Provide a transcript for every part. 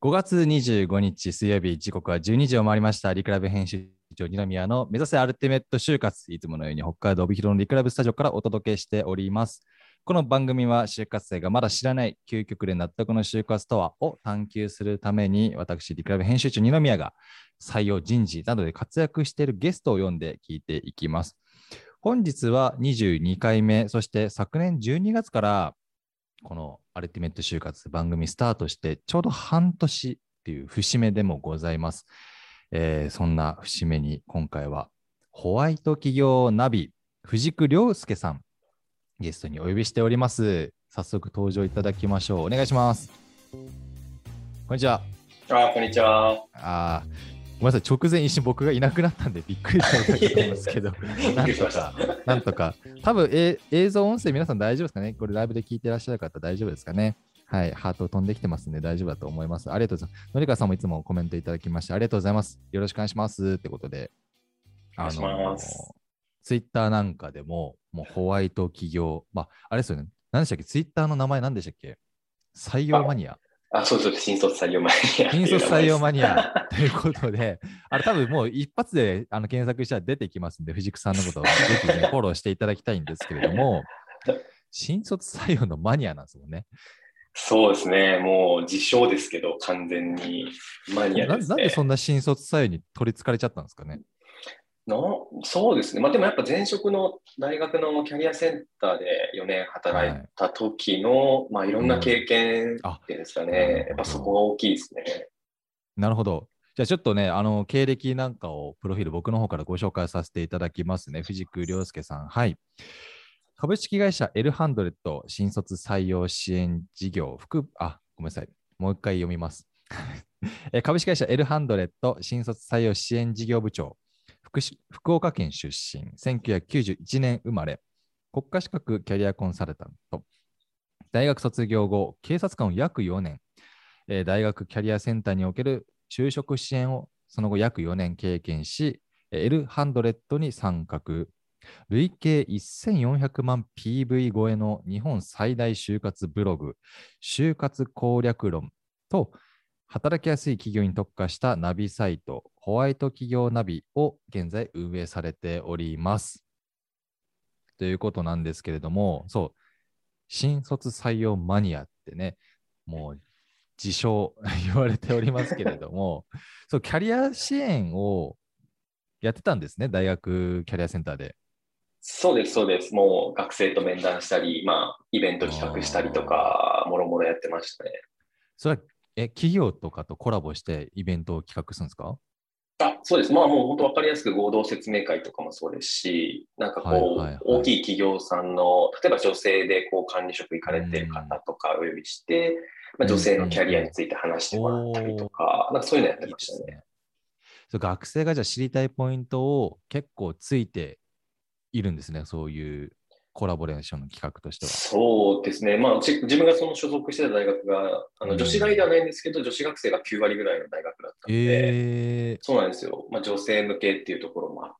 5月25日水曜日、時刻は12時を回りました。リクラブ編集長二宮の目指せアルティメット就活、いつものように北海道帯広のリクラブスタジオからお届けしております。この番組は就活生がまだ知らない究極で納得の就活とはを探求するために、私リクラブ編集長二宮が採用人事などで活躍しているゲストを呼んで聞いていきます。本日は22回目、そして昨年12月からこのアルティメット就活番組スタートしてちょうど半年っていう節目でもございます。そんな節目に今回はホワイト企業ナビ藤久亮介さんゲストにお呼びしております。早速登場いただきましょう。お願いします。こんにちは。 こんにちは。 ごめんなさい、直前一瞬僕がいなくなったんでびっくりされたと思うんですけどなんとか多分、映像音声皆さん大丈夫ですかね。これライブで聞いてらっしゃる方大丈夫ですかね。はい、ハート飛んできてますんで大丈夫だと思います。ありがとうございます。のりかさんもいつもコメントいただきましてありがとうございます。よろしくお願いしますってことで、 お願いします。 ツイッターなんかでもうホワイト企業、あれですよね。何でしたっけ、ツイッターの名前何でしたっけ。採用マニア。 そうそう、新卒採用マニア。 新卒採用マニアということで、あれ多分もう一発で検索したら出てきますんで、藤久さんのことをぜひ、ね、フォローしていただきたいんですけれども、新卒採用のマニアなんですもんね。 そうですね、もう自称ですけど、完全にマニアですね。 なんでそんな新卒採用に取りつかれちゃったんですかね。 そうですね、でもやっぱ前職の大学のキャリアセンターで4年働いた時の、いろんな経験ですかね、やっぱそこが大きいですね。 なるほど。じゃあちょっとね、経歴なんかをプロフィール僕の方からご紹介させていただきますね。藤久亮介さん。はい。株式会社L100新卒採用支援事業ごめんなさい。もう一回読みます。株式会社L100新卒採用支援事業部長。福岡県出身、1991年生まれ、国家資格キャリアコンサルタント。大学卒業後、警察官を約4年、大学キャリアセンターにおける就職支援をその後約4年経験し、L100に参画。累計1400万 PV 超えの日本最大就活ブログ、就活攻略論と、働きやすい企業に特化したナビサイト、ホワイト企業ナビを現在運営されております。ということなんですけれども、そう、新卒採用マニアってね、もう自称言われておりますけれども、そう、キャリア支援をやってたんですね、大学キャリアセンターで。 そうです、そうです。もう学生と面談したり、イベント企画したりとか、もろもろやってましたね。 それは企業とかとコラボしてイベントを企画するんですか？ そうです。もう本当分かりやすく合同説明会とかもそうですし、大きい企業さんの、例えば女性で管理職行かれている方とかお呼びして、女性のキャリアについて話してもらったりとか、そういうのやってましたね。 そう、学生がじゃあ知りたいポイントを結構ついているんですね、そういうコラボレーションの企画としては。 そうですね。自分がその所属してた大学が、女子大ではないんですけど、女子学生が9割ぐらいの大学だったので、そうなんですよ。女性向けっていうところもあって、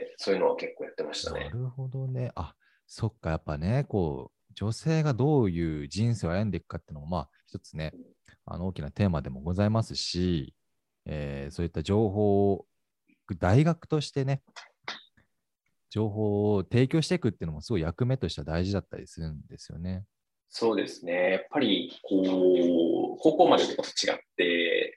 そういうのは結構やってましたね。 なるほどね。そっか、やっぱね、女性がどういう人生を歩んでいくかっていうのも、一つね、大きなテーマでもございますし、そういった情報を、大学としてね、情報を提供していくっていうのもすごい役目としては大事だったりするんですよね。 そうですね。やっぱり、高校までと違って、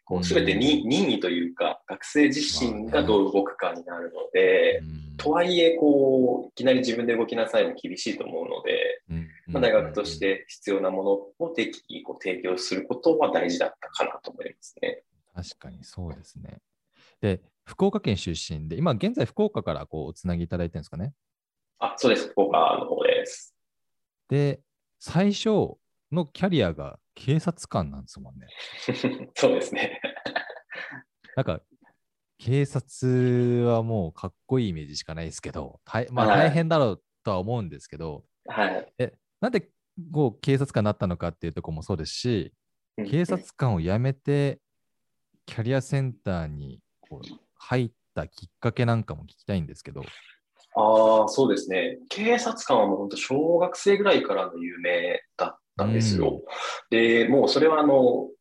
すべて任意というか、学生自身がどう動くかになるので、とはいえ、いきなり自分で動きなさいも厳しいと思うので、大学として必要なものを適宜提供することは大事だったかなと思いますね。 確かにそうですね。で、福岡県出身で、今現在福岡からおつなぎいただいてるんですかね。 そうです。福岡の方です。 で、最初のキャリアが警察官なんですもんね。 そうですね。 なんか、警察はもうかっこいいイメージしかないですけど、大変だろうとは思うんですけど、なんで警察官になったのかっていうところもそうですし、警察官を辞めてキャリアセンターに入ったきっかけなんかも聞きたいんですけど。 そうですね。警察官はもう本当小学生ぐらいからの有名だったんですよ。で、もうそれは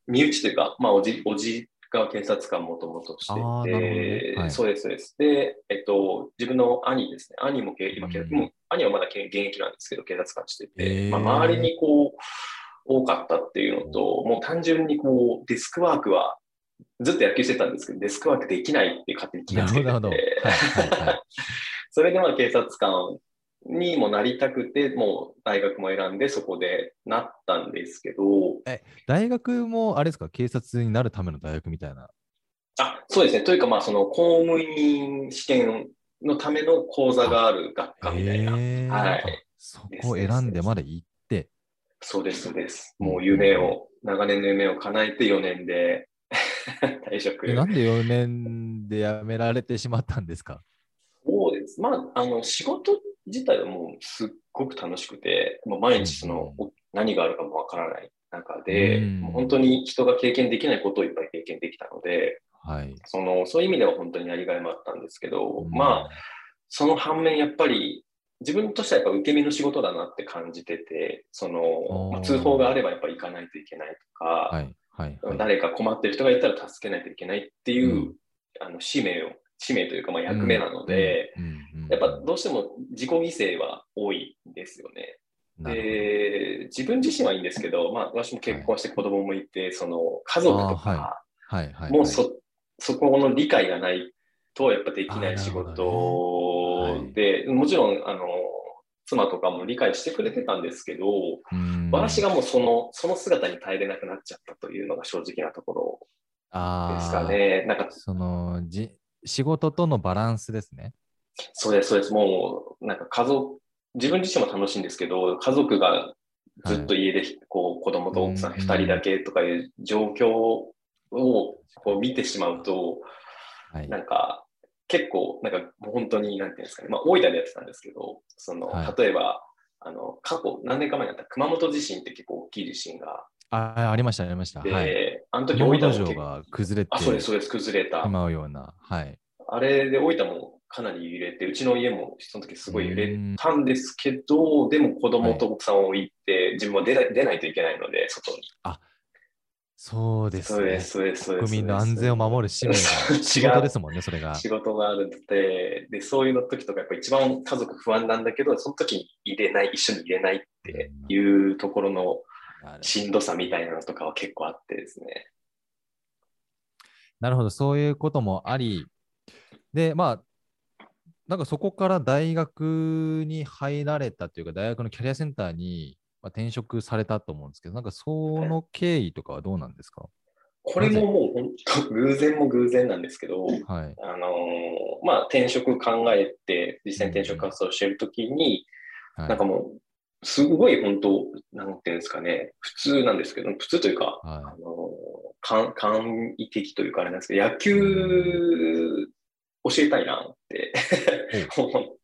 身内というか、まあ、おじが警察官もともとしてああ、なるほどね。 て、 はい。 そうです、そうです。で、自分の兄ですね。兄も今、もう兄はまだ現役なんですけど、警察官してて、まあ、周りええにこう、多かったっていうのと、もう単純にこう、デスクワークは、ずっと野球してたんですけど、デスクワークできないって勝手に決なるほど、 めつけてなるほど。 て、 はい、はい、はい。 それでまあ警察官にもなりたくて、もう大学も選んでそこでなったんですけど、 大学もあれですか、警察になるための大学みたいな。 あ、そうですね。というか、まあ、その公務員試験のための講座あ、 がある学科みたいな。はあ、 い。 そこをですです。 選んでまで行って、 そうです、そうです。もううんうんうん。 長年の夢を叶えて4年で退な職。 んで4年で辞められてしまったんですか？ そうです。まあ、仕事自体はもうすっごく楽しくて、もううん毎日何があるかもわからない中うん。うで、もう本当ん。 に人が経験できないことをいっぱい経験できたので、 はい。 そういう意味では本当にやりがいもあったんですけうど、まあ、 ん。 その反面やっぱり自分としてはやっぱ受け身の仕事だなって感じてて、まあ、通報があおー。 ればやっぱり行かないといけないとか、 はい、はい、はい。 誰か困ってる人がいたら助けないといけないっていううん。 使命というかまあうん、 役目なのうん、 で、 うん、うん、 やっぱうん。 どうしても自己犠牲は多いんですよね。 なるほど。 で、自分自身はいいんですけど、まあ私もはい。 結婚して子供もいて、家族ああ、はい。 とか、 はい、はい、 もうはい。 そこの理解がないと、やっぱできああ、 ない仕なるほどね。は事い。 で、もちろん、妻とかも理解してくれてたんですけど、 うーん。 私がもうその姿に耐えれなくなっちゃったというのが正直なところですかああ、 ね。なんか、 仕事とのバランスですね。 そうです、そうです。もう、なんか自分自身も楽しいんですけど、家族がずっはい。 と家で、子供うーと奥さん二人だん。 けとかいう状況を確かに。 見てしまうと、 はい。 なんか、結構、なんか、もう本当に、なんていうんですかね、まあ、大分でやってたんですけど、 はい。 例えば、過去、何年か前にあった熊本地震って結構大きい地震があ、ありました、ありました。はい。 あの時大熊本分も城が崩れそうです、 てそうです、崩れした。 まうような。はい。 あれで大分もかなり揺れて、うちの家もその時すうーごい揺れん。 たんですけど、でも子はい。 供と奥さんを置いて、自分も出ないといけないので、外に。 あ、そうですね。 そうです、そうです、そうです、 国民のそうです。 安全を守る使命が仕事ですもんね、それが。 仕事があるので、そういうの時とか、やっぱ一番家族不安なんだけど、その時に一緒に入れないっうていん、 うところのなるほど。 しんどさみたいなのとかは結構あってですね。 なるほど、そういうこともあり、で、まあ、なんかそこから大学に入られたというか、大学のキャリアセンターに、転職されたと思うんですけど、なんかそはい、 の経緯とかはどうなんですか？ これもなぜ？ もう本当偶然も偶然なんですけど、 はい。 まあ転職考えて、実うんう際に転職ん。 活動しているときに、 はい。 なんかもう、すごい本当、なんていうんですかね、普通なんですけど、普通というか、 は簡易的というかあれなんですけど、野い。う球ん。 教えたいなってお、 思って、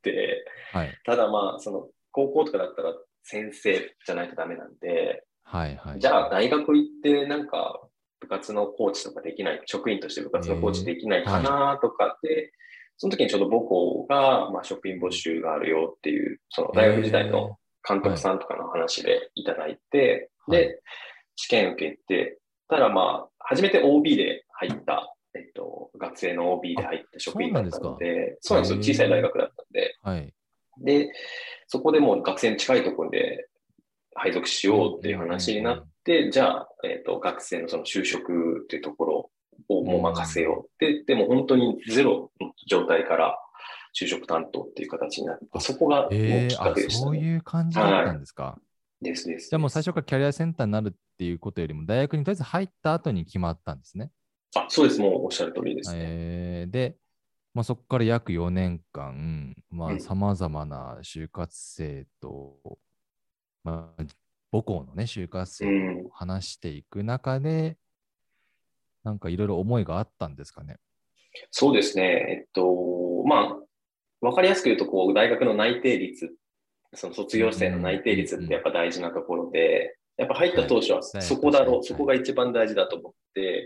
はい。 ただまあ、高校とかだったら先生じゃないとダメなんで、 はいはいじゃあはい。 大学行ってなんか部活のコーチとかできない、職員として部活のコーチできないかはい。 なとかで、その時にちょうど母校が、まあ、職員募集があるよっていう、その大学時代の監督はい。 さんとかの話でいただいて、 はい。 で、試験受けて、ただまあ、初めて OB で入った、学生の OB であ、 入った職そう員だったのなんですか。 で、そうなんですよ。小さい大へえ。 学だったんで。 はい。 で、そこでもう学生に近いところで配属しうんようっていううんう話になっんて、じゃあ、学生のその就職っていうところをうん。うもう任せん。 よう。でも本当にゼロの状態から就職担当っていう形になって、 あ、 そこがもうへえ。 きっかあ、 けでしたね。 そういう感じだったんはですか。 い。ですですじゃあです。 もう最初からキャリアセンターになるっていうことよりも、大学にとりあえず入った後に決まったんですね。 あ、そうです。もうおっしゃる通りですね。 で、まあ、そこから約4年間、まあ、 うん。 さまざまな就活生と、まあ、母校のね、就活生とうん。 話していく中で、なんかいろいろ思いがあったんですかね。 そうですね。まあ、わかりやすく言うと、大学の内定率、その卒う業生の内ん、 定うん、うん。 率ってやっぱ大事なところで、やっぱ入ったはい。 当初はそこだろう、そ確かに。はい。 こが一番大事だと思って、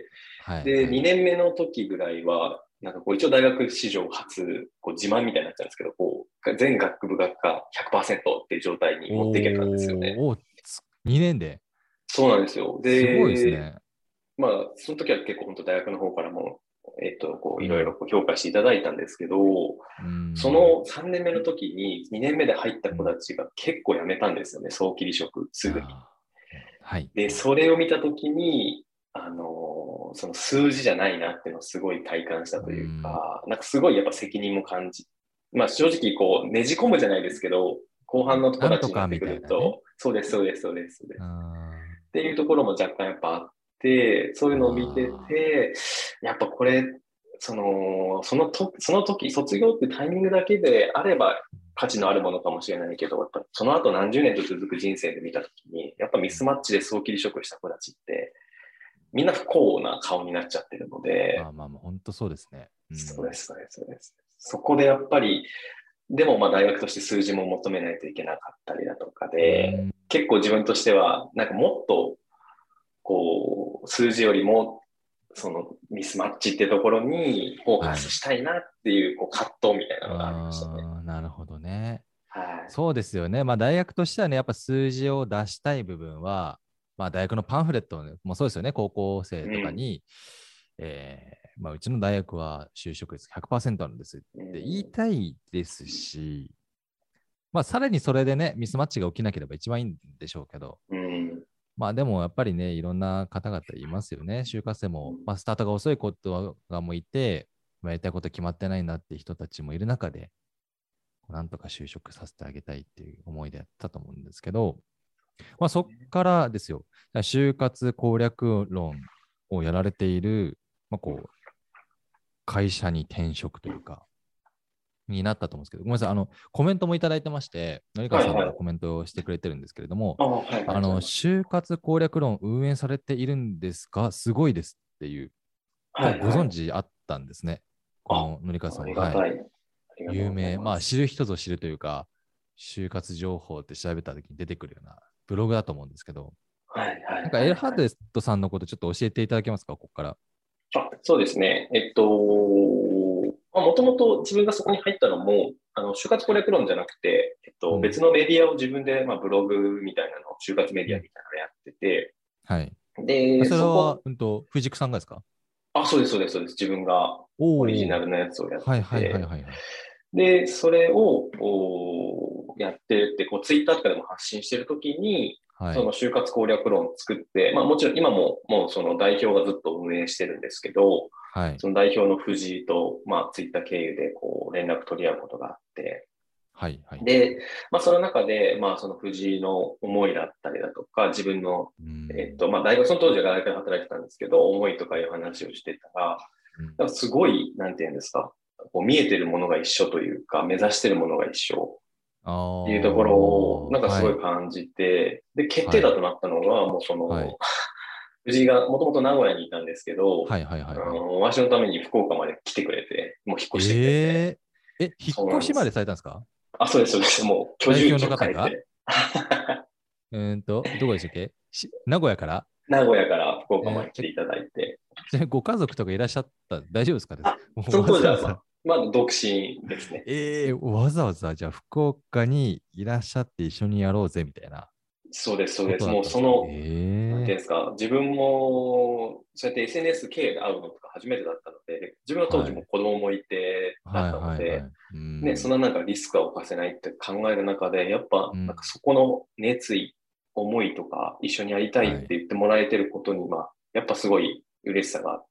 はい、 で、 はい。 2年目の時ぐらいは、なんか一応大学史上初、自慢みたいになっちゃうんですけど、全学部学科100%っていう状態に持っていけたんですよね。 2年で。 そうなんですよ。 すごいですで、 ね。 まあ、その時は結構本当大学の方からも、こういろいろこう評価していただいたんですけど、その3年目の時に2年目で入った子たちが結構辞めたんですよね、早期離職すぐに。 はい。 で、それを見た時に、その数字じゃないなっていうのをすごい体感したというか、なんかすごいやっぱ責任も感じ、まあ正直こうねじ込むじゃないですけど、後半の子たちになってくると、 ね、 そうです、そうです、そうです、そうです。っていうところも若干やっぱあって、そういうのを見てて、やっぱこれ、その時、卒業ってタイミングだけであれば価値のあるものかもしれないけど、やっぱその後何十年と続く人生で見たときに、やっぱミスマッチで早期離職した子たちって、みんな不幸な顔になっちゃってるので、 まあ、本当そうですね。 そうです、そうです、そうです。そこでやっぱり、でもまあ大学として数字も求めないといけなかったりだとかで、結構自分としては、なんかもっと、こう、数字よりも、そのミスマッチってところにフォーカスしたいなっていう、こう葛藤みたいなのがありましたね。 なるほどね。 はい。 そうですよね。まあ大学としてはね、やっぱ数字を出したい部分は、まあ大学のパンフレットもそうですよね。高校生とかに、まあ、うちの大学は就職率100%あるんですって言いたいですし、まあさらにそれでね、ミスマッチが起きなければ一番いいんでしょうけど、まあでもやっぱりね、いろんな方々いますよね。就活生も、まあ、スタートが遅い子がもいて、まあ、やりたいこと決まってないなっていう人たちもいる中で、なんとか就職させてあげたいっていう思いでやったと思うんですけど、まあ、そこからですよ、就活攻略論をやられている、まあ、こう会社に転職というか、になったと思うんですけど、ごめんなさい、コメントもいただいてまして、のりかさんがコメントをしてくれてるんですけれども、就活攻略論運営されているんですか、すごいですっていう、ご存知あったんですね、こののりかさんは。はい。有名、まあ知る人ぞ知るというか、就活情報って調べたときに出てくるようなブログだと思うんですけど、なんかエルハドレットさんのことちょっと教えていただけますか、ここから。 そうですね。もともと自分がそこに入ったのも、就活攻略論じゃなくて、別のメディアを自分で、まあ、ブログみたいなの、就活メディアみたいなのやってて、 はい。 で、 それは、藤木さんがですか？ そうです、そうです、そうです。自分がオリジナルのやつをやってて、で、それをやってって、こう、ツイッターとかでも発信してるときに、その就活攻略論を作って、まあもちろん今ももうその代表がずっと運営してるんですけど、その代表の藤井と、まあツイッター経由でこう連絡取り合うことがあって、で、まあその中で、まあその藤井の思いだったりだとか、自分の、まあ大学その当時は大学で働いてたんですけど、思いとかいう話をしてたら、なんかすごい、なんていうんですか、こう見えてるものが一緒というか、目指してるものが一緒。っていうところを、なんかすごい感じて、で、決定打となったのが、もうその、藤井がもともと名古屋にいたんですけど、わしのために福岡まで来てくれて、もう引っ越してくれて。引っ越しまでされたんですか？ そうです、そうです。もう居住地を変えて。 どこでしたっけ？名古屋から？ 名古屋から福岡まで来ていただいて。 ご家族とかいらっしゃった大丈夫ですかね？ その当時はまだ独身ですね。 わざわざじゃあ福岡にいらっしゃって一緒にやろうぜみたいな。 そうです、そうです。もうその、なんていうんですか、自分も、そうやって SNS 経由で会うのとか初めてだったので、自分は当時も子供もいてだったので、ね、そんななんかリスクは犯せないって考える中で、やっぱ、なんかそこの熱意、思いとか、一緒にやりたいって言ってもらえてることに、まあ、やっぱすごい嬉しさがあって、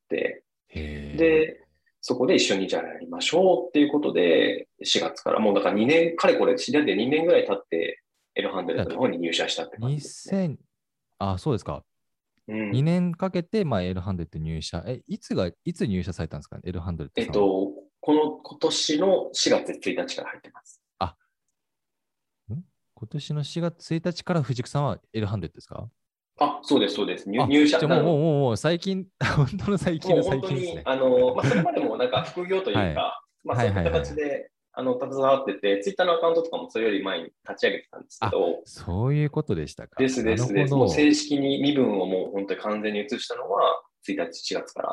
で、そこで一緒にじゃあやりましょうっていうことで、4月から、もうだから2年、かれこれ知り合って2年ぐらい経って、エルハンドレットの方に入社したって感じですね。 そうですか。2年かけて、まあ、エルハンドレット入社。いつ入社されたんですかね、エルハンドレットさんは。 今年の4月1日から入ってます。 今年の4月1日から藤木さんはエルハンドレットですか？ そうです、そうです。入社。 じゃもう最近、本当の最近の最近ですね。 まあ、それまでもなんか副業というか、まあそういった形で、携わってて、ツイッターのアカウントとかもそれより前に立ち上げてたんですけど。 そういうことでしたか。 です。もう正式に身分をもう本当に完全に移したのは、1日、4月から、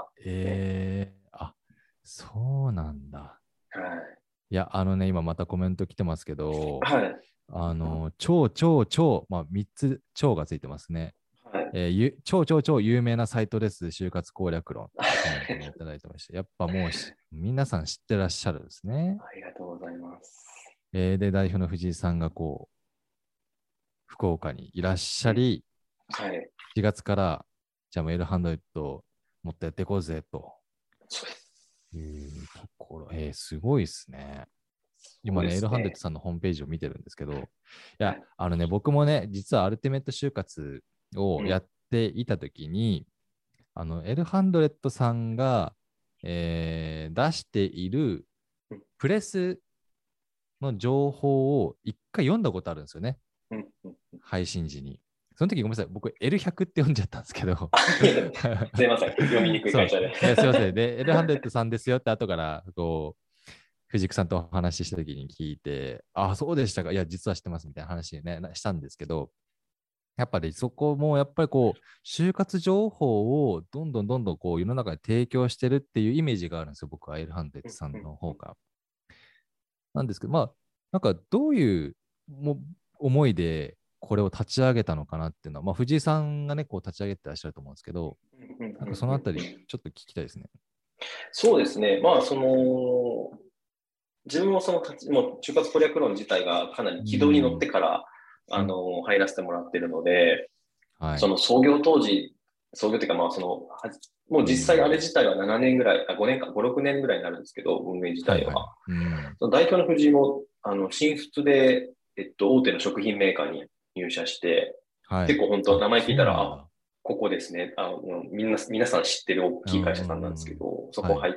そうなんだ。 はい。 いや、今またコメント来てますけど、 はい。 まあ、3つ超がついてますね。 超有名なサイトです、就活攻略論。コメントもいただいてました。やっぱもう皆さん知ってらっしゃるんですね。 ありがとうございます。 で、代表の藤井さんが福岡にいらっしゃり、 はい。 4月から、じゃあもうL100もっとやっていこうぜと。 そうです。 いうところ、すごいですね。今ね、L100さんのホームページを見てるんですけど、いや、僕もね、実はアルティメット就活をやっていたときに、L100さんが、出しているプレスの情報を一回読んだことあるんですよね。配信時に。その時ごめんなさい、僕 L100 って読んじゃったんですけど。 すいません、読みにくい会社で。 すいません。で、L100 さんですよって後から藤木さんとお話しした時に聞いて、あ、そうでしたか。いや、実は知ってますみたいな話ね、したんですけど、やっぱりそこもやっぱり就活情報をどんどん世の中に提供してるっていうイメージがあるんですよ、僕はL100さんの方が。なんですけど、なんかどういう思いでこれを立ち上げたのかなっていうのは、藤井さんがね、立ち上げてらっしゃると思うんですけど、なんかそのあたり、ちょっと聞きたいですね。 そうですね。自分ももう就活攻略論自体がかなり軌道に乗ってから、入らせてもらってるので、 はい、 その創業当時、創業というか、もう実際あれ自体は7年ぐらい、5年か、5、6年ぐらいになるんですけど、運営自体は。その代表の藤井も、新卒で、大手の食品メーカーに入社して、結構本当、名前聞いたら、ここですね。皆さん知ってる大きい会社さんなんですけど、そこ入って、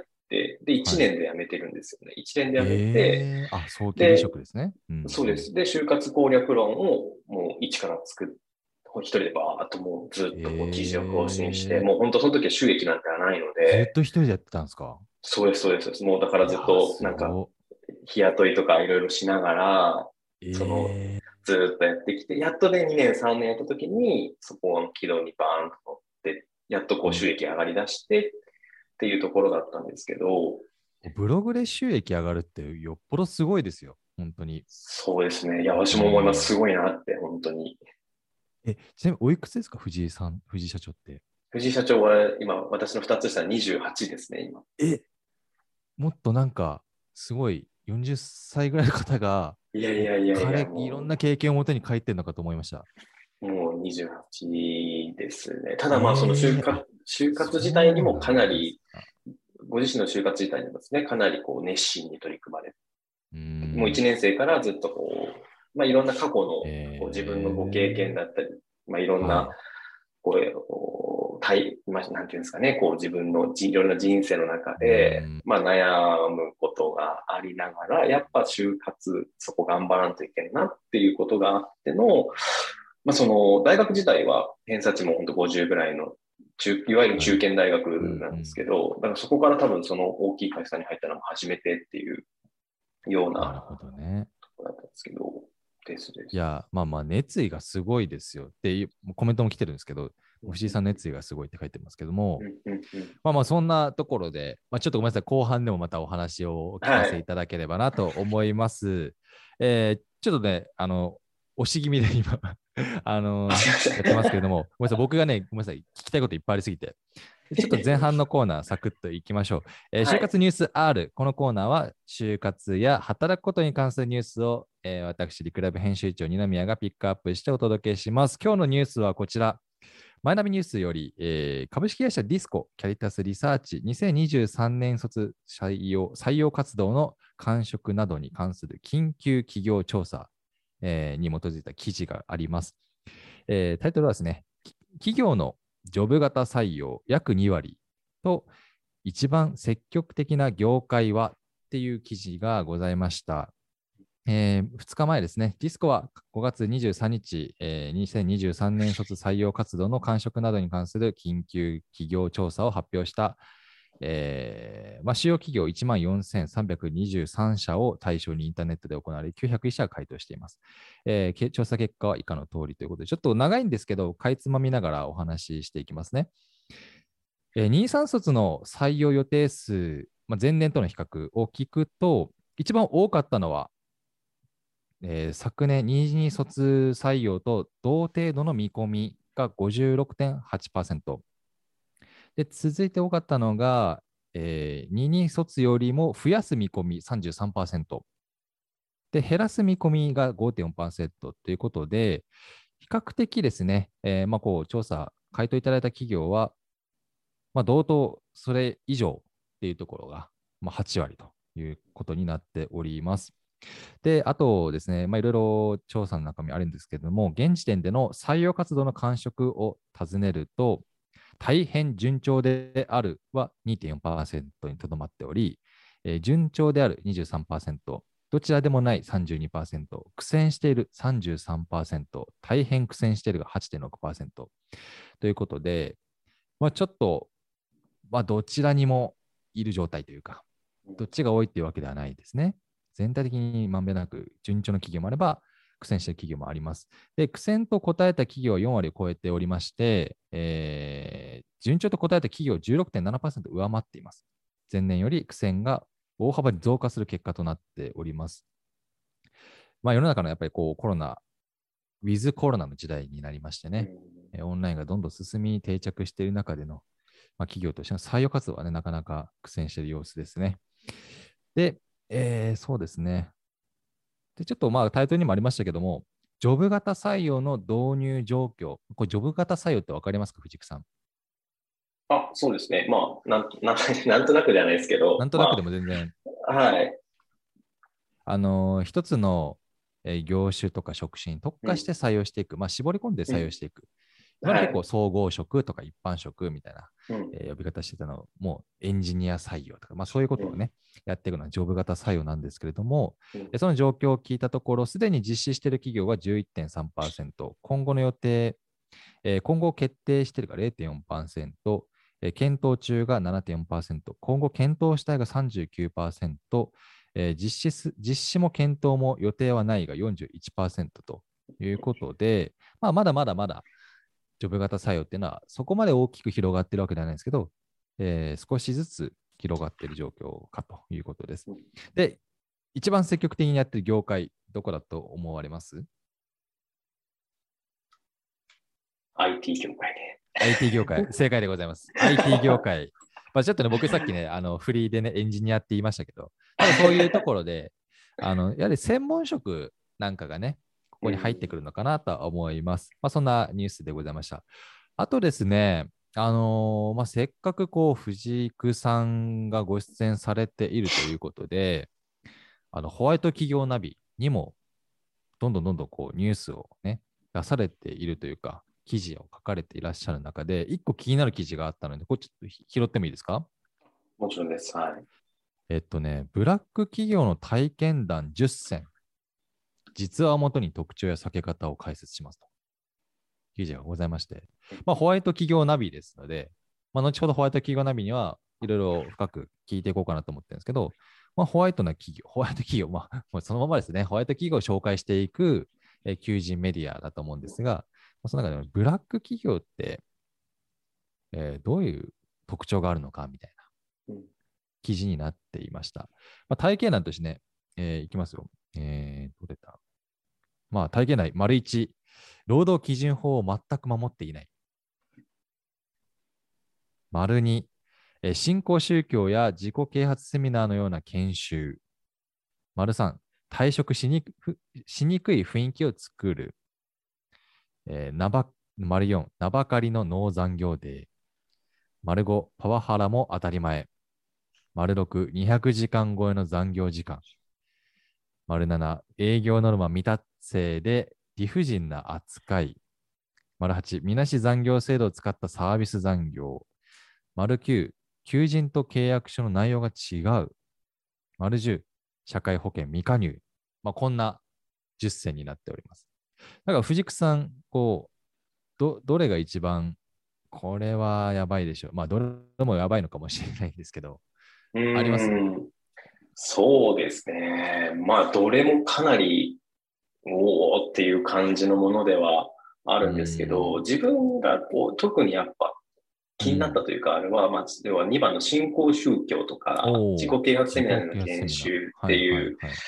で、1年で辞めてるんですよね。1年で辞めて、 早期離職ですね。 そうです。で、就活攻略論をもう一から作って、一人でバーっともうずっと記事を更新して、もう本当その時は収益なんてはないので。 ずっと一人でやってたんですか？ そうです、そうです。もうだからずっとなんか、日雇いとかいろいろしながら、ずっとやってきて、やっとで2年、3年やった時に、そこの軌道にバーンと乗って、やっと収益上がり出してっていうところだったんですけど、 ブログで収益上がるってよっぽどすごいですよ、本当に。 そうですね。いや、私も思います。すごいなって、本当に。 ちなみにおいくつですか、藤井社長って。 藤井社長は今、私の2つ下28ですね、今。 もっとなんか、すごい40歳ぐらいの方が、 いろんな経験をもとに書いてるのかと思いました。 もう28ですね。ただその就活自体にもかなり、ご自身の就活自体にもですね、かなり熱心に取り組まれる。もう1年生からずっといろんな過去の自分のご経験だったり、いろんな、なんていうんですかね、自分のいろんな人生の中で、悩むことがありながら、やっぱ就活、そこ頑張らんといけんなっていうことがあっての、その大学自体は偏差値も本当50ぐらいのいわゆる中堅大学なんですけど、だからそこから多分その大きい会社に入ったのも初めてっていうようなところだったんですけど、 いや、熱意がすごいですよっていうコメントも来てるんですけど、藤井さんの熱意がすごいって書いてますけども、そんなところで、ちょっとごめんなさい、後半でもまたお話をお聞かせいただければなと思います。ちょっとね、押し気味で今やってますけれども、ごめんなさい、僕がね、ごめんなさい、聞きたいこといっぱいありすぎて、ちょっと前半のコーナーサクッといきましょう。就活ニュース R。このコーナーは就活や働くことに関するニュースを、私、リクラブ編集長二宮がピックアップしてお届けします。今日のニュースはこちら。マイナビニュースより、株式会社ディスコキャリタスリサーチ2023年卒採用活動の感触などに関する緊急企業調査、に基づいた記事があります。タイトルはですね、企業のジョブ型採用約2割と一番積極的な業界はっていう記事がございました。2日前ですね、ディスコは5月23日、2023年卒採用活動の感触などに関する緊急企業調査を発表した、主要企業14,323社を対象にインターネットで行われ、901社が回答しています。調査結果は以下の通りということで、ちょっと長いんですけど、かいつまみながらお話ししていきますね。23卒の採用予定数、前年との比較を聞くと、一番多かったのは、昨年22卒採用と同程度の見込みが 56.8%。で、続いて多かったのが、2に卒よりも増やす見込み 33%。で、減らす見込みが 5.4% ということで、比較的ですね、調査、回答いただいた企業は、同等、それ以上っていうところが、8割ということになっております。で、あとですね、いろいろ調査の中身あるんですけれども、現時点での採用活動の感触を尋ねると、大変順調であるは 2.4% にとどまっており、順調である 23%、どちらでもない 32%、苦戦している 33%、大変苦戦しているが 8.6% ということで、ちょっと、どちらにもいる状態というか、どっちが多いっていうわけではないですね。全体的にまんべんなく順調な企業もあれば、苦戦している企業もあります。で、苦戦と答えた企業は4割を超えておりまして、順調と答えた企業 16.7% 上回っています。前年より苦戦が大幅に増加する結果となっております。世の中のやっぱりコロナ、ウィズコロナの時代になりましてね、オンラインがどんどん進み定着している中での、企業としての採用活動はね、なかなか苦戦している様子ですね。で、そうですね。で、ちょっとタイトルにもありましたけども、ジョブ型採用の導入状況。これ、ジョブ型採用って分かりますか、藤木さん。 そうですね。なんとなくじゃないですけど。 なんとなくでも全然。 はい。 一つの業種とか職種に特化して採用していく。絞り込んで採用していく。結構総合職とか一般職みたいな、呼び方してたのを、もうエンジニア採用とか、そういうことをね、やっていくのはジョブ型採用なんですけれども、その状況を聞いたところ、すでに実施している企業は 11.3%、今後の予定、今後決定しているが 0.4%、検討中が 7.4%、今後検討したいが 39%、実施も検討も予定はないが 41% ということで、まだまだジョブ型採用っていうのはそこまで大きく広がってるわけではないんですけど、少しずつ広がっている状況かということです。で、一番積極的にやってる業界、どこだと思われます？ IT 業界で。 IT 業界、正解でございます。IT 業界。ちょっとね、僕さっきね、フリーでね、エンジニアって言いましたけど、多分そういうところで、やはり専門職なんかがね、ここに入ってくるのかなと思います。そんなニュースでございました。あとですね、せっかく藤久さんがご出演されているということで、ホワイト企業ナビにも、どんどんニュースをね、出されているというか、記事を書かれていらっしゃる中で、一個気になる記事があったので、これちょっと拾ってもいいですか？ もちろんです。はい。 ブラック企業の体験談10選、実話をもとに特徴や避け方を解説しますと。記事がございまして、ホワイト企業ナビですので、後ほどホワイト企業ナビにはいろいろ深く聞いていこうかなと思ってるんですけど、ホワイト企業、もうそのままですね、ホワイト企業を紹介していく、求人メディアだと思うんですが、その中でもブラック企業って、どういう特徴があるのかみたいな記事になっていました。体験談としてね、いきますよ。どれだ体験談、丸1、労働基準法を全く守っていない。丸2、新興宗教や自己啓発セミナーのような研修。丸3、退職しにくい雰囲気を作る。丸4、名ばかりのノー残業デー。丸5、パワハラも当たり前。丸6、200時間超えの残業時間。丸7、営業ノルマ未達成で理不尽な扱い。丸8、みなし残業制度を使ったサービス残業。丸9、求人と契約書の内容が違う。丸10、社会保険未加入。こんな10選になっております。だから藤久さん、どれが一番、これはやばいでしょう。どれもやばいのかもしれないんですけど、あります？ そうですね。どれもかなり、おーっていう感じのものではあるんですけど、自分が特にやっぱ気になったというか、あれは、要は2番の新興宗教とか、自己啓発セミナーの研修っていう、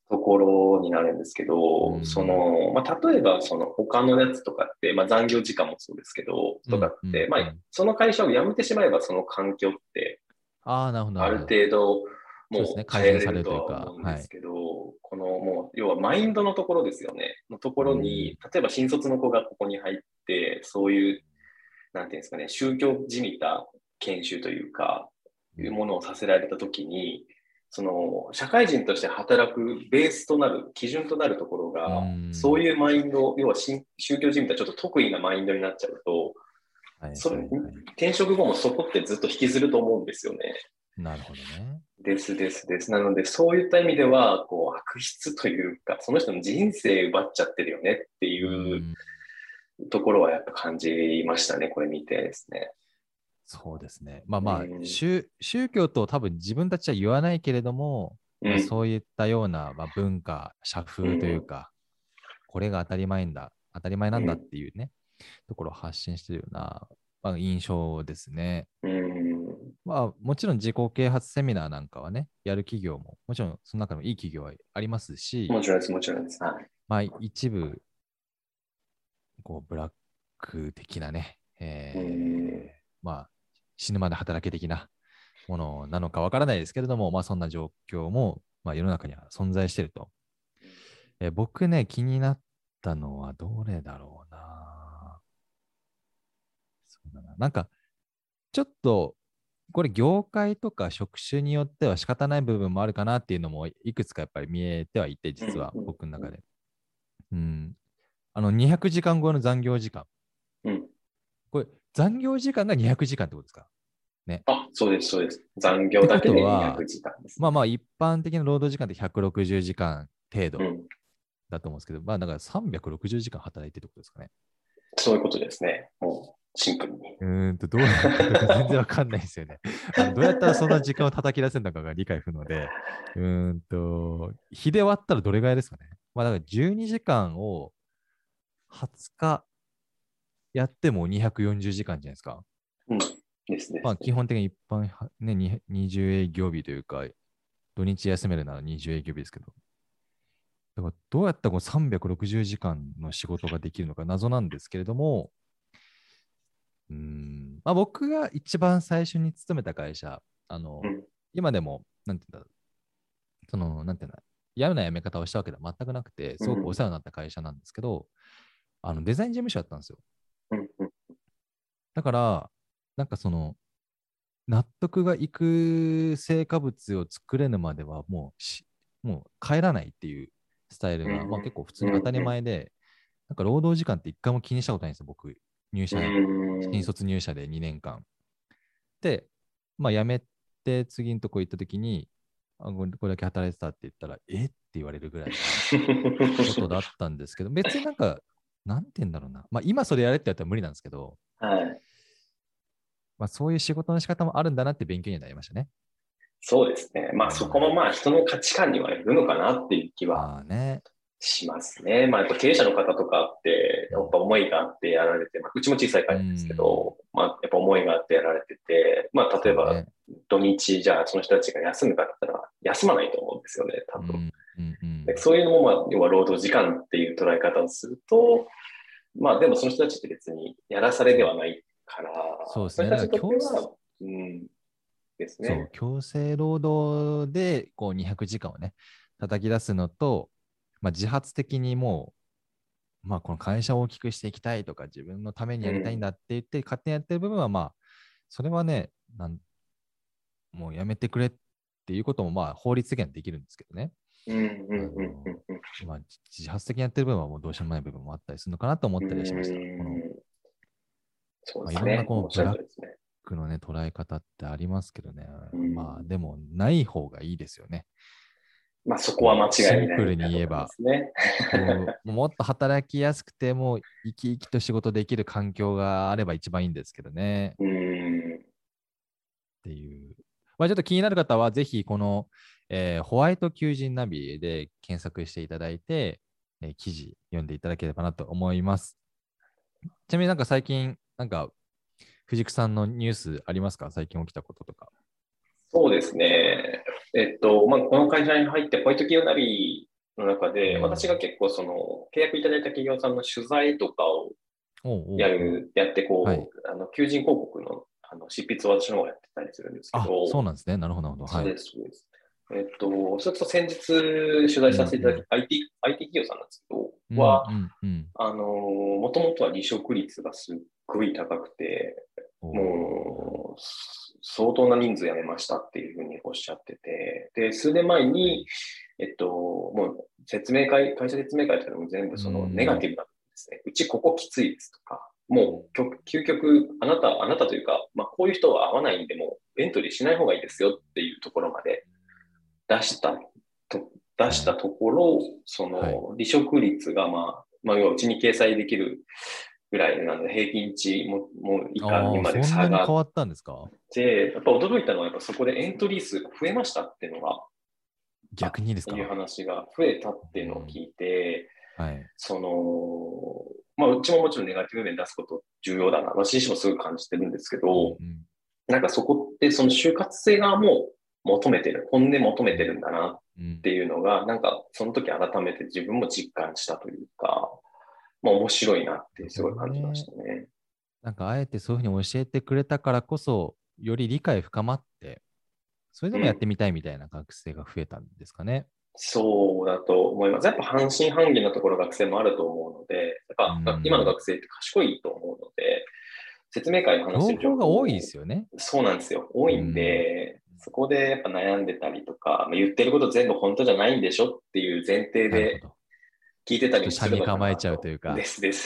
ところになるんですけど、例えばその他のやつとかって、残業時間もそうですけど、とかって、その会社を辞めてしまえばその環境ってああ、なるほど、なあるるほど。 程度そうですね。 もう改善され変えられるとるというか、 は思うんではい。 すけど、このもう要はマインドのところですよね。のところに、例えば新卒の子がここに入って、そういう、なんていうんですかね、宗教じみた研修というか、いうものをさせられたときに、その社会人として働くベースとなる、基準となるところが、そういうマインド、要は宗教じみたちょっと得意なマインドになっちゃうと、それ、転職後もそこってずっと引きずると思うんですよね。 なるほどね。 です。なので、そういった意味では、悪質というか、その人の人生奪っちゃってるよねっていうところはやっぱ感じましたね、これ見てですね。 そうですね。宗教と多分自分たちは言わないけれども、そういったような、文化、社風というか、これが当たり前なんだっていうね、ところを発信しているような、印象ですね。もちろん自己啓発セミナーなんかはね、やる企業も、もちろんその中でもいい企業はありますし、 もちろんです。はい。 一部、ブラック的なね、死ぬまで働け的なものなのかわからないですけれども、そんな状況も、世の中には存在していると。僕ね、気になったのはどれだろうな。そうだな。なんか、ちょっと、これ業界とか職種によっては仕方ない部分もあるかなっていうのもいくつかやっぱり見えてはいて、実は僕の中で。200時間超えの残業時間。これ、残業時間が200時間ってことですかね。 そうです。残業だけで200時間です、 ね。一般的な労働時間って160時間程度だと思うんですけど、だから360時間働いてるってことですかね。 そういうことですね。もうシンプルに。 どうやったか全然わかんないですよね。どうやったらそんな時間を叩き出せるのかが理解不能で、日で割ったらどれぐらいですかね。だから12時間を20日やっても240時間じゃないですか。 ですね。 基本的に一般、ね、20営業日というか、土日休めるなら20営業日ですけど。だからどうやったら360時間の仕事ができるのか謎なんですけれども、僕が一番最初に勤めた会社、今でも、なんていうんだ、なんていうんだ、嫌な辞め方をしたわけでは全くなくて、すごくお世話になった会社なんですけど、デザイン事務所だったんですよ。だから、納得がいく成果物を作れるまではもう帰らないっていうスタイルが、結構普通に当たり前で、労働時間って一回も気にしたことないんですよ、僕。新卒入社で2年間。で、辞めて次のとこ行った時に、これだけ働いてたって言ったら、って言われるぐらいのことだったんですけど、別になんて言うんだろうな。今それやれってやったら無理なんですけど、そういう仕事の仕方もあるんだなって勉強になりましたね。 そうですね。そこも人の価値観にはいるのかなっていう気はしますね。やっぱ経営者の方とかって、やっぱ思いがあってやられて、うちも小さい会社ですけど、やっぱ思いがあってやられてて、例えば土日、じゃあその人たちが休むかって言ったら、休まないと思うんですよね、多分。そういうのも、要は労働時間っていう捉え方をすると、でもその人たちって別にやらされではないから、 そうですね。 その人たちにとっては、ですね。 そう、強制労働で200時間をね、叩き出すのと、自発的にもう、この会社を大きくしていきたいとか、自分のためにやりたいんだって言って、勝手にやってる部分は、それはね、もうやめてくれっていうことも、法律的にはできるんですけどね。自発的にやってる部分はもうどうしようもない部分もあったりするのかなと思ったりしました。いろんなブラックのね、捉え方ってありますけどね。でも、ない方がいいですよね。 そこは間違いない。 シンプルに言えば、もっと働きやすくても、生き生きと仕事できる環境があれば一番いいんですけどね。っていう。ちょっと気になる方は、ぜひこの、ホワイト求人ナビで検索していただいて、記事読んでいただければなと思います。ちなみに最近、藤木さんのニュースありますか？最近起きたこととか。 そうですね。この会社に入ってホワイト企業ナビの中で、私が結構その契約いただいた企業さんの取材とかをやってこう、求人広告の執筆を私の方がやってたりするんですけど。 そうなんですね。なるほど。 そうです、そうです。それこそ先日取材させていただき、IT 企業さんなんですけど、は、もともとは離職率がすっごい高くて、もう、相当な人数辞めましたっていうふうにおっしゃってて、で、数年前に、もう会社説明会とかも全部そのネガティブなですね、うちここきついですとか、もう究極、あなたというか、こういう人は合わないんで、もうエントリーしない方がいいですよっていうところまで出したところ、その離職率が要はうちに掲載できるぐらいなので、平均値も以下にまで差が。そんなに変わったんですか？ で、やっぱ驚いたのは、やっぱそこでエントリー数が増えましたっていうのが、 逆にですか？ いう話が増えたっていうのを聞いて、その、うちももちろんネガティブ面出すこと重要だな、私自身もすごい感じてるんですけど、なんかそこってその就活生側も求めてる、本音求めてるんだなっていうのが、なんかその時改めて自分も実感したというか、面白いなってすごい感じましたね。 なんかあえてそういうふうに教えてくれたからこそ、より理解深まって、それでもやってみたいみたいな学生が増えたんですかね。 そうだと思います。やっぱ半信半疑なところ学生もあると思うので、今の学生って賢いと思うので、説明会の話情報が多いですよね。 そうなんですよ。多いんで、そこでやっぱ悩んでたりとか、言ってること全部本当じゃないんでしょっていう前提で聞いてたりもするのかなと。 構えちゃうというか。 です。で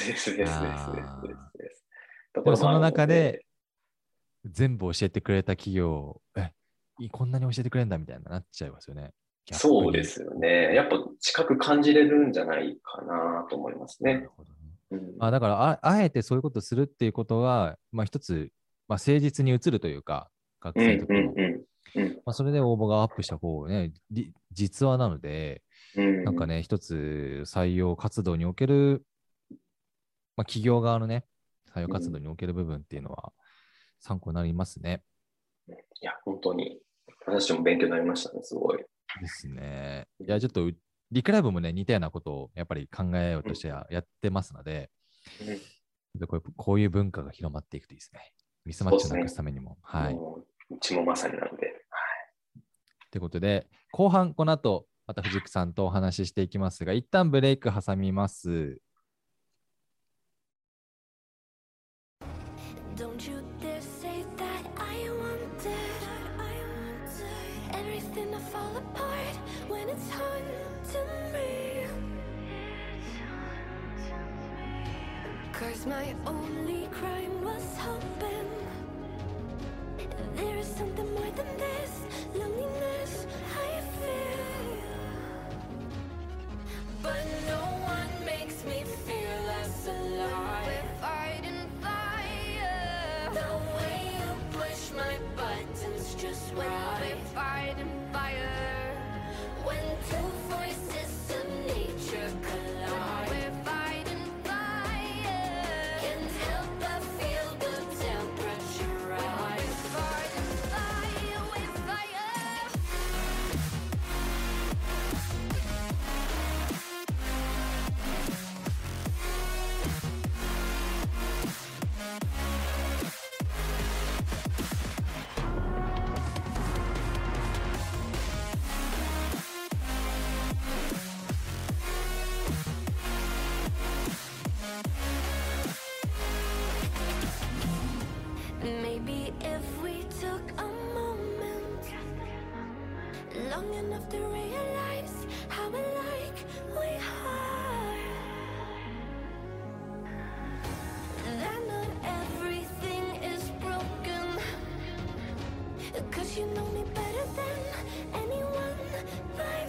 もその中で全部教えてくれた企業、こんなに教えてくれるんだみたいなっちゃいますよね。 そうですよね。やっぱ近く感じれるんじゃないかなと思いますね。なるほどね。だからあえてそういうことをするっていうことは、一つ、誠実に映るというか、学生にとっても。それで応募がアップした方がね、実話なので、なんかね、一つ採用活動における、企業側のね、採用活動における部分っていうのは参考になりますね。 いや、本当に、私も勉強になりましたね、すごい。 ですね。いや、ちょっと、リクライブもね、似たようなことをやっぱり考えようとしてやってますので、こういう文化が広まっていくといいですね。ミスマッチをなくすためにも。 うちもまさになので。 ということで、後半、この後、また藤木さんとお話ししていきますが、一旦ブレイク挟みます。'Cause my only crime was hoping there is something more than this loneliness I feel, but no one makes me feel less alive. We're fighting fire. The way you push my buttons just right. We're fighting fire. When two voices of nature collide. We're fighting fire. Can't help but feel the temperature rise. We're fighting fire. We're fire. Maybe if we took a moment long enough to realize how alike we are, that not everything is broken, 'cause you know me better than anyone by